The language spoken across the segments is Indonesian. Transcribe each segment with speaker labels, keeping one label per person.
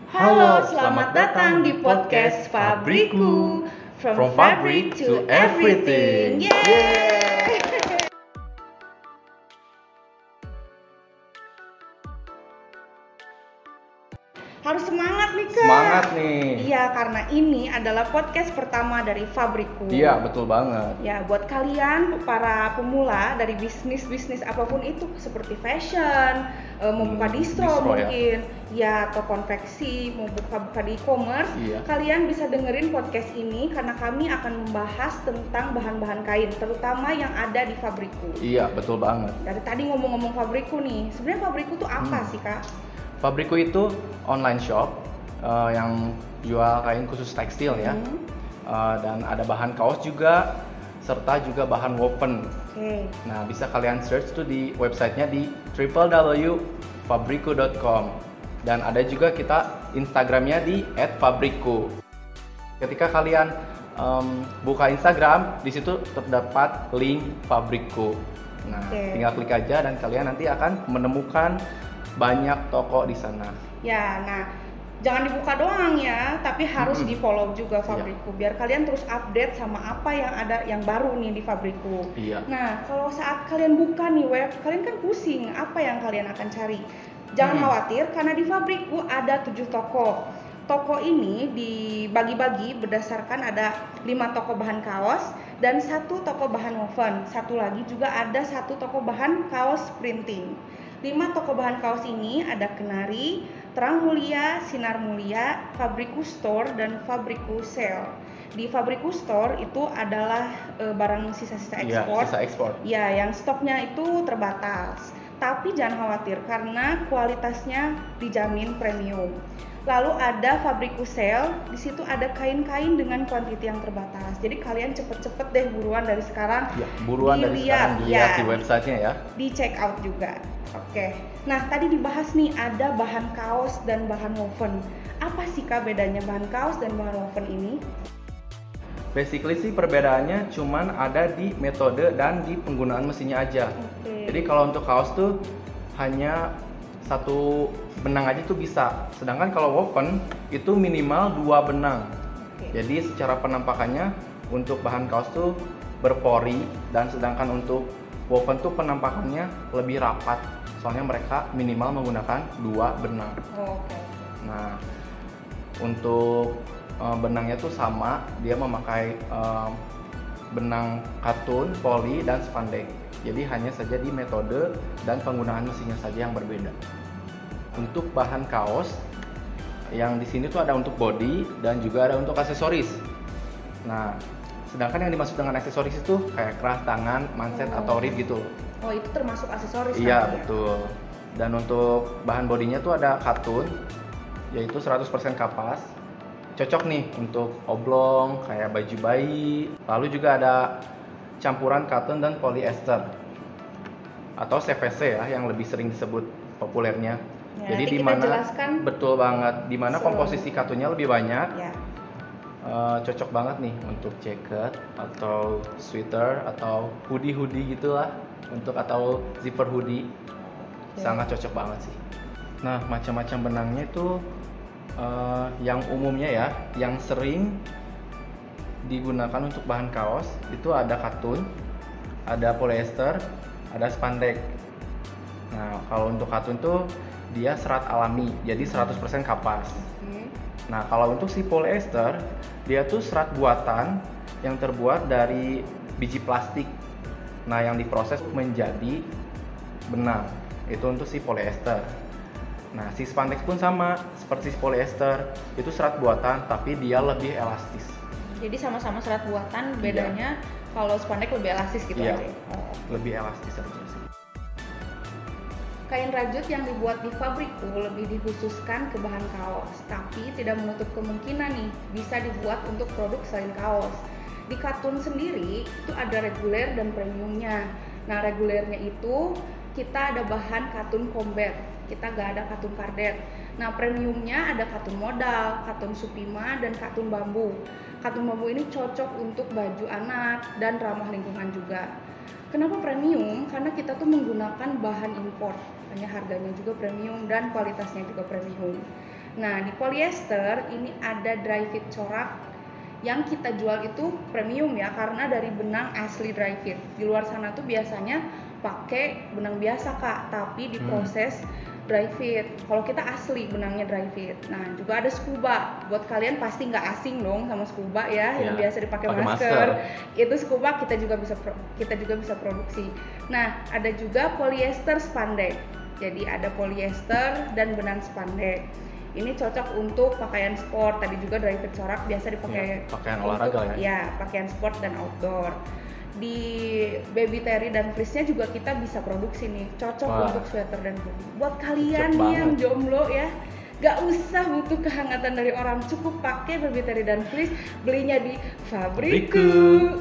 Speaker 1: Halo, selamat datang di podcast Fabriku. From fabric to everything. Yeay! Harus semangat nih, Kak.
Speaker 2: Semangat nih.
Speaker 1: Iya, karena ini adalah podcast pertama dari Fabriku.
Speaker 2: Iya, betul banget.
Speaker 1: Ya, buat kalian para pemula dari bisnis apapun itu seperti fashion, mau buka distro mungkin, ya atau konveksi, mau buka di e-commerce, kalian bisa dengerin podcast ini karena kami akan membahas tentang bahan-bahan kain, terutama yang ada di Fabriku.
Speaker 2: Iya, betul banget.
Speaker 1: Dari tadi ngomong-ngomong Fabriku nih, sebenarnya Fabriku tuh apa sih, Kak?
Speaker 2: Fabriku itu online shop yang jual kain khusus tekstil ya. Dan ada bahan kaos juga, serta juga bahan woven. Nah, bisa kalian search tuh di websitenya di www.fabriku.com. Dan ada juga kita Instagramnya di @fabriku. Ketika kalian buka Instagram, di situ terdapat link Fabriku. Nah, tinggal klik aja dan kalian nanti akan menemukan banyak toko di sana.
Speaker 1: Ya, nah jangan dibuka doang ya, tapi harus di follow juga Fabriku, biar kalian terus update sama apa yang ada yang baru nih di Fabriku. Nah, kalau saat kalian buka nih web, kalian kan pusing apa yang kalian akan cari. Jangan khawatir, karena di Fabriku ada 7 toko. Toko ini dibagi-bagi berdasarkan ada 5 toko bahan kaos dan 1 toko bahan woven. Satu lagi juga ada 1 toko bahan kaos printing. 5 toko bahan kaos ini ada Kenari, Terang Mulia, Sinar Mulia, Fabriku Store, dan Fabriku Sale. Di Fabriku Store itu adalah barang sisa-sisa ekspor.
Speaker 2: Sisa ekspor.
Speaker 1: Ya, yang stoknya itu terbatas. Tapi jangan khawatir karena kualitasnya dijamin premium. Lalu ada Fabriku Sale, di situ ada kain-kain dengan kuantiti yang terbatas. Jadi kalian cepet-cepet deh buruan dari sekarang.
Speaker 2: Ya, buruan dari sekarang dilihat di websitenya ya.
Speaker 1: Di check out juga. Oke. Nah, tadi dibahas nih ada bahan kaos dan bahan woven. Apa sih Kak bedanya bahan kaos dan bahan woven ini?
Speaker 2: Basically sih perbedaannya cuman ada di metode dan di penggunaan mesinnya aja. Jadi kalau untuk kaos tuh hanya 1 benang aja tuh bisa. Sedangkan kalau woven itu minimal 2 benang. Jadi secara penampakannya untuk bahan kaos tuh berpori, dan sedangkan untuk woven tuh penampakannya lebih rapat. Soalnya mereka minimal menggunakan 2 benang. Nah, untuk benangnya tuh sama, dia memakai benang katun, poli, dan spandek. Jadi hanya saja di metode dan penggunaan mesinnya saja yang berbeda. Untuk bahan kaos, yang di sini tuh ada untuk body dan juga ada untuk aksesoris. Nah, sedangkan yang dimaksud dengan aksesoris itu kayak kerah tangan, manset atau rib gitu.
Speaker 1: Oh, itu termasuk aksesoris?
Speaker 2: Iya, betul. Dan untuk bahan bodinya tuh ada katun, yaitu 100% kapas. Cocok nih untuk oblong, kayak baju bayi. Lalu juga ada campuran katun dan polyester atau CVC ya, yang lebih sering disebut populernya. Jadi di mana betul banget, di mana komposisi katunnya lebih banyak. Cocok banget nih untuk jaket atau sweater atau hoodie gitulah, untuk atau zipper hoodie. Sangat cocok banget sih. Nah, macam-macam benangnya itu yang umumnya ya, yang sering digunakan untuk bahan kaos itu ada katun, ada polyester, ada spandek. Nah, kalau untuk katun tuh dia serat alami, jadi 100% kapas. Nah, kalau untuk si polyester, dia tuh serat buatan yang terbuat dari biji plastik. Nah, yang diproses menjadi benang. Itu untuk si polyester. Nah, si spandek pun sama, seperti si polyester, itu serat buatan tapi dia lebih elastis.
Speaker 1: Jadi sama-sama serat buatan, bedanya kalau spandek lebih elastis gitu aja?
Speaker 2: Lebih elastis aja sih.
Speaker 1: Kain rajut yang dibuat di Fabriku lebih dikhususkan ke bahan kaos, tapi tidak menutup kemungkinan nih bisa dibuat untuk produk selain kaos. Di katun sendiri itu ada reguler dan premiumnya. Nah, regulernya itu kita ada bahan katun combat, kita gak ada katun kardet. Nah, premiumnya ada katun modal, katun supima, dan katun bambu. Katun bambu ini cocok untuk baju anak dan ramah lingkungan juga. Kenapa premium? Karena kita tuh menggunakan bahan impor, hanya harganya juga premium dan kualitasnya juga premium. Nah, di polyester ini ada dry fit corak yang kita jual itu premium ya, karena dari benang asli dry fit. Di luar sana tuh biasanya pakai benang biasa Kak, tapi diproses dry fit. Kalau kita asli benangnya dry fit. Nah, juga ada scuba. Buat kalian pasti nggak asing dong sama scuba ya, yang biasa dipakai masker. Itu scuba kita juga bisa produksi. Nah, ada juga polyester spandex. Jadi ada polyester dan benang spandex. Ini cocok untuk pakaian sport. Tadi juga dry fit corak biasa dipakai
Speaker 2: pakaian olahraga ya.
Speaker 1: Ya, pakaian sport dan outdoor. Di baby terry dan fleece-nya juga kita bisa produksi nih, cocok untuk sweater dan hoodie. Buat kalian nih yang jomblo ya, gak usah butuh kehangatan dari orang, cukup pakai baby terry dan fleece, belinya di Fabriku.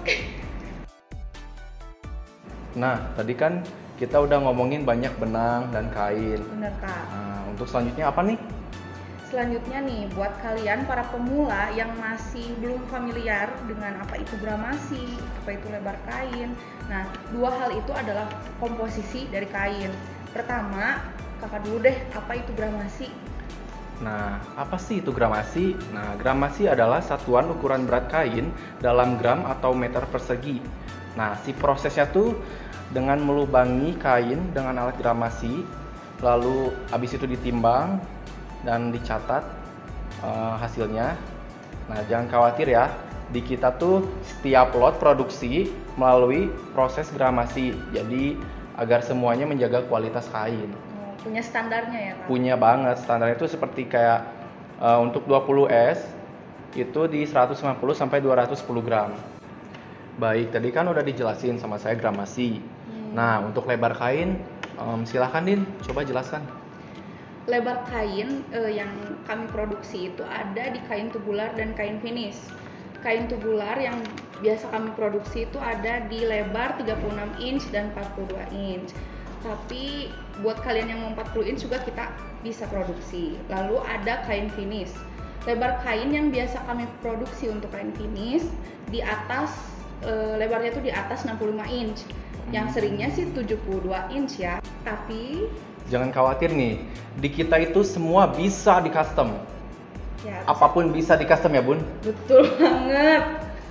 Speaker 2: Nah, tadi kan kita udah ngomongin banyak benang dan kain.
Speaker 1: Bener Kak.
Speaker 2: Nah, untuk selanjutnya apa nih?
Speaker 1: Selanjutnya nih, buat kalian para pemula yang masih belum familiar dengan apa itu gramasi, apa itu lebar kain. Nah, dua hal itu adalah komposisi dari kain. Pertama, kakak dulu deh, apa itu gramasi?
Speaker 2: Nah, apa sih itu gramasi? Nah, gramasi adalah satuan ukuran berat kain dalam gram atau meter persegi. Nah, si prosesnya tuh dengan melubangi kain dengan alat gramasi, lalu habis itu ditimbang dan dicatat hasilnya. Nah, jangan khawatir ya, di kita tuh setiap lot produksi melalui proses gramasi, jadi agar semuanya menjaga kualitas kain.
Speaker 1: Punya standarnya ya Kak?
Speaker 2: Punya banget, standarnya itu seperti kayak untuk 20S itu di 150 sampai 210 gram. Baik, tadi kan udah dijelasin sama saya gramasi. Nah, untuk lebar kain silahkan Din, coba jelaskan.
Speaker 1: Lebar kain yang kami produksi itu ada di kain tubular dan kain finish. Kain tubular yang biasa kami produksi itu ada di lebar 36 inch dan 42 inch. Tapi buat kalian yang mau 40 inch juga kita bisa produksi. Lalu ada kain finish. Lebar kain yang biasa kami produksi untuk kain finish di atas lebarnya itu di atas 65 inch. Yang seringnya sih 72 inch ya. Tapi
Speaker 2: jangan khawatir nih, di kita itu semua bisa di custom. Ya, apapun bisa di custom ya Bun?
Speaker 1: Betul banget.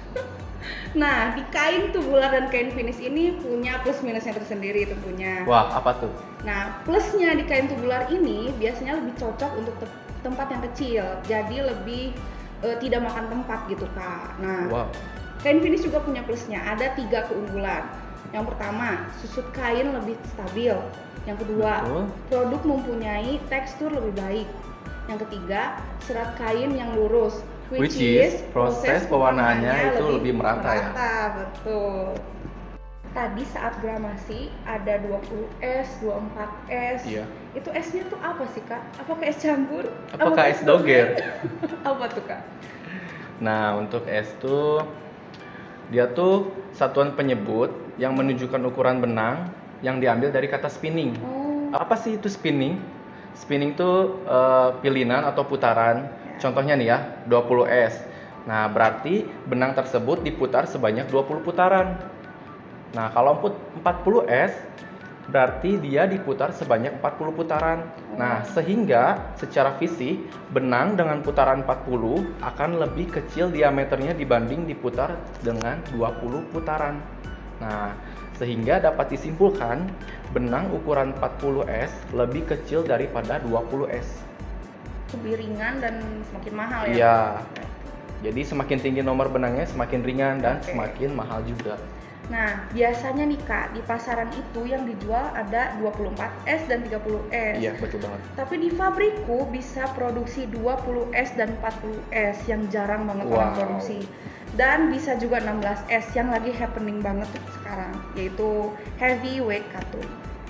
Speaker 1: Nah, di kain tubular dan kain finish ini punya plus minusnya tersendiri tentunya.
Speaker 2: Wah, apa tuh?
Speaker 1: Nah, plusnya di kain tubular ini biasanya lebih cocok untuk tempat yang kecil, jadi lebih tidak makan tempat gitu Kak. Nah, kain finish juga punya plusnya, ada 3 keunggulan. Yang pertama, susut kain lebih stabil. Yang kedua, produk mempunyai tekstur lebih baik. Yang ketiga, serat kain yang lurus,
Speaker 2: which is proses pewarnaannya itu lebih merata ya.
Speaker 1: Betul. Tadi saat gramasi ada 20S, 24S.
Speaker 2: Iya.
Speaker 1: Itu S-nya tuh apa sih Kak? Apakah es campur?
Speaker 2: Apakah es doger?
Speaker 1: Apa tuh Kak?
Speaker 2: Nah, untuk S tuh dia tuh satuan penyebut yang menunjukkan ukuran benang yang diambil dari kata spinning. Apa sih itu spinning? Spinning tuh pilinan atau putaran. Contohnya nih ya, 20S. Nah, berarti benang tersebut diputar sebanyak 20 putaran. Nah, kalau 40S berarti dia diputar sebanyak 40 putaran. Nah, sehingga secara fisik benang dengan putaran 40 akan lebih kecil diameternya dibanding diputar dengan 20 putaran. Nah, sehingga dapat disimpulkan benang ukuran 40S lebih kecil daripada 20S.
Speaker 1: Lebih ringan dan semakin mahal ya?
Speaker 2: Iya. Jadi semakin tinggi nomor benangnya semakin ringan dan semakin mahal juga.
Speaker 1: Nah, biasanya nih Kak, di pasaran itu yang dijual ada 24S dan 30S.
Speaker 2: Iya, betul banget.
Speaker 1: Tapi di Fabriku bisa produksi 20S dan 40S yang jarang banget orang produksi. Dan bisa juga 16S yang lagi happening banget sekarang, yaitu heavyweight katun.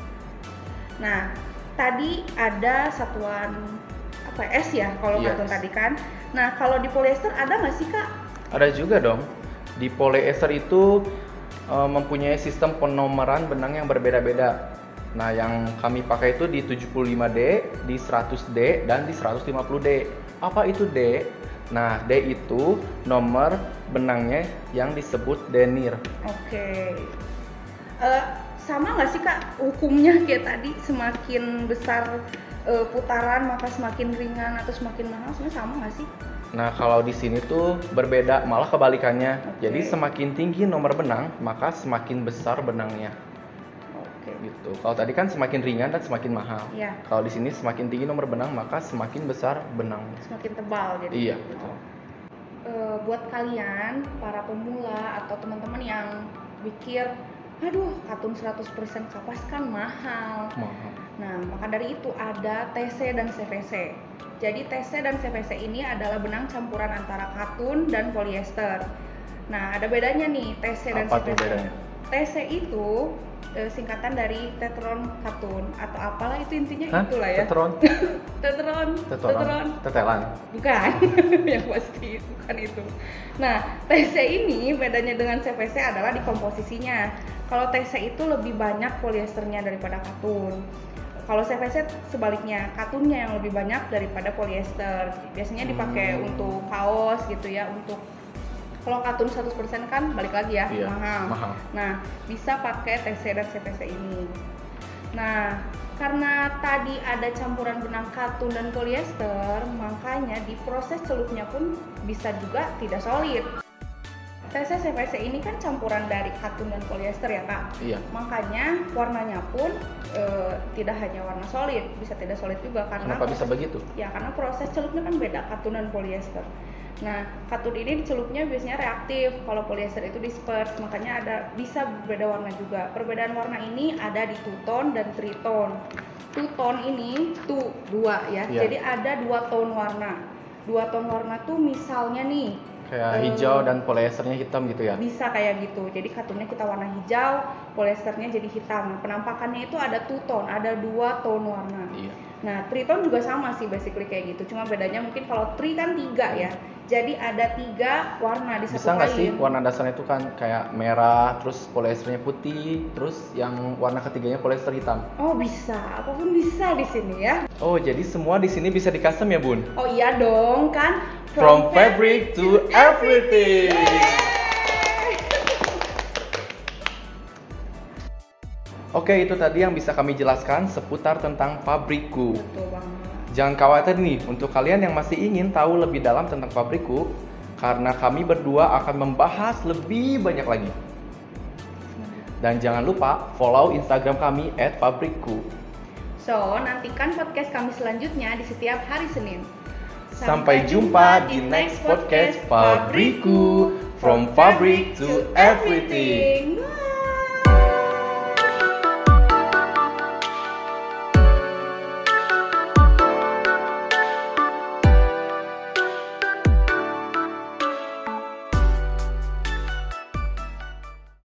Speaker 1: Nah, tadi ada satuan S ya kalau katun tadi kan. Nah, kalau di polyester ada nggak sih Kak?
Speaker 2: Ada juga dong. Di polyester itu mempunyai sistem penomoran benang yang berbeda-beda. Nah, yang kami pakai itu di 75D, di 100D, dan di 150D. Apa itu D? Nah, D itu nomor benangnya yang disebut denier.
Speaker 1: Oke. Sama nggak sih Kak hukumnya kayak tadi, semakin besar putaran maka semakin ringan atau semakin mahal, sebenarnya sama nggak sih?
Speaker 2: Nah, kalau di sini tuh berbeda, malah kebalikannya.
Speaker 1: Okay.
Speaker 2: Jadi semakin tinggi nomor benang, maka semakin besar benangnya.
Speaker 1: Oke.
Speaker 2: Gitu. Kalau tadi kan semakin ringan dan semakin mahal.
Speaker 1: Iya.
Speaker 2: Kalau di sini semakin tinggi nomor benang, maka semakin besar benangnya.
Speaker 1: Semakin tebal jadi.
Speaker 2: Iya, betul.
Speaker 1: Buat kalian para pemula atau teman-teman yang pikir, aduh, katun 100% kapas kan mahal. Nah, maka dari itu ada TC dan CVC. Jadi TC dan CVC ini adalah benang campuran antara katun dan polyester. Nah, ada bedanya nih TC dan
Speaker 2: Apa
Speaker 1: CVC.
Speaker 2: Tuh bedanya?
Speaker 1: TC itu singkatan dari tetron katun atau apalah itu intinya. Itulah ya.
Speaker 2: Tetron.
Speaker 1: Tetron.
Speaker 2: Tetelan.
Speaker 1: Bukan. Yang pasti bukan itu. Nah, TC ini bedanya dengan CVC adalah di komposisinya. Kalau TC itu lebih banyak polyesternya daripada katun. Kalau CVC sebaliknya, katunnya yang lebih banyak daripada polyester. Biasanya dipakai untuk kaos gitu ya, untuk kalau katun 100% kan balik lagi ya,
Speaker 2: iya,
Speaker 1: mahal. Nah, bisa pakai TC dan CVC ini. Nah, karena tadi ada campuran benang katun dan polyester, makanya di proses celupnya pun bisa juga tidak solid. TC CVC ini kan campuran dari katun dan polyester ya Kak.
Speaker 2: Iya.
Speaker 1: Makanya warnanya pun tidak hanya warna solid, bisa tidak solid juga karena
Speaker 2: kenapa bisa begitu?
Speaker 1: Ya karena proses celupnya kan beda katun dan polyester. Nah, katun ini dicelupnya biasanya reaktif, kalau polyester itu disperse, makanya bisa berbeda warna juga. Perbedaan warna ini ada di two tone dan three tone. Two tone ini dua ya.
Speaker 2: Iya.
Speaker 1: Jadi ada 2 tone warna. 2 tone warna tuh misalnya nih
Speaker 2: kayak hijau dan polyesternya hitam gitu ya?
Speaker 1: Bisa kayak gitu. Jadi katunnya kita warna hijau, polyesternya jadi hitam. Penampakannya itu ada two tone, ada 2 tone warna.
Speaker 2: Iya.
Speaker 1: Nah, three tone juga sama sih basically kayak gitu. Cuma bedanya mungkin kalau three kan 3 ya. Jadi ada 3 warna di satu kain.
Speaker 2: Bisa nggak sih warna dasarnya itu kan kayak merah, terus polyesternya putih, terus yang warna ketiganya polyester hitam?
Speaker 1: Oh bisa, apapun bisa di sini ya.
Speaker 2: Oh jadi semua di sini bisa di custom ya Bun?
Speaker 1: Oh iya dong kan.
Speaker 2: From fabric to everything. Oke, itu tadi yang bisa kami jelaskan seputar tentang Fabriku.
Speaker 1: Betul banget.
Speaker 2: Jangan khawatir nih, untuk kalian yang masih ingin tahu lebih dalam tentang Fabriku, karena kami berdua akan membahas lebih banyak lagi. Dan jangan lupa follow Instagram kami @fabriku.
Speaker 1: So, nantikan podcast kami selanjutnya di setiap hari Senin.
Speaker 2: Sampai jumpa di next podcast Fabriku, from fabric to everything.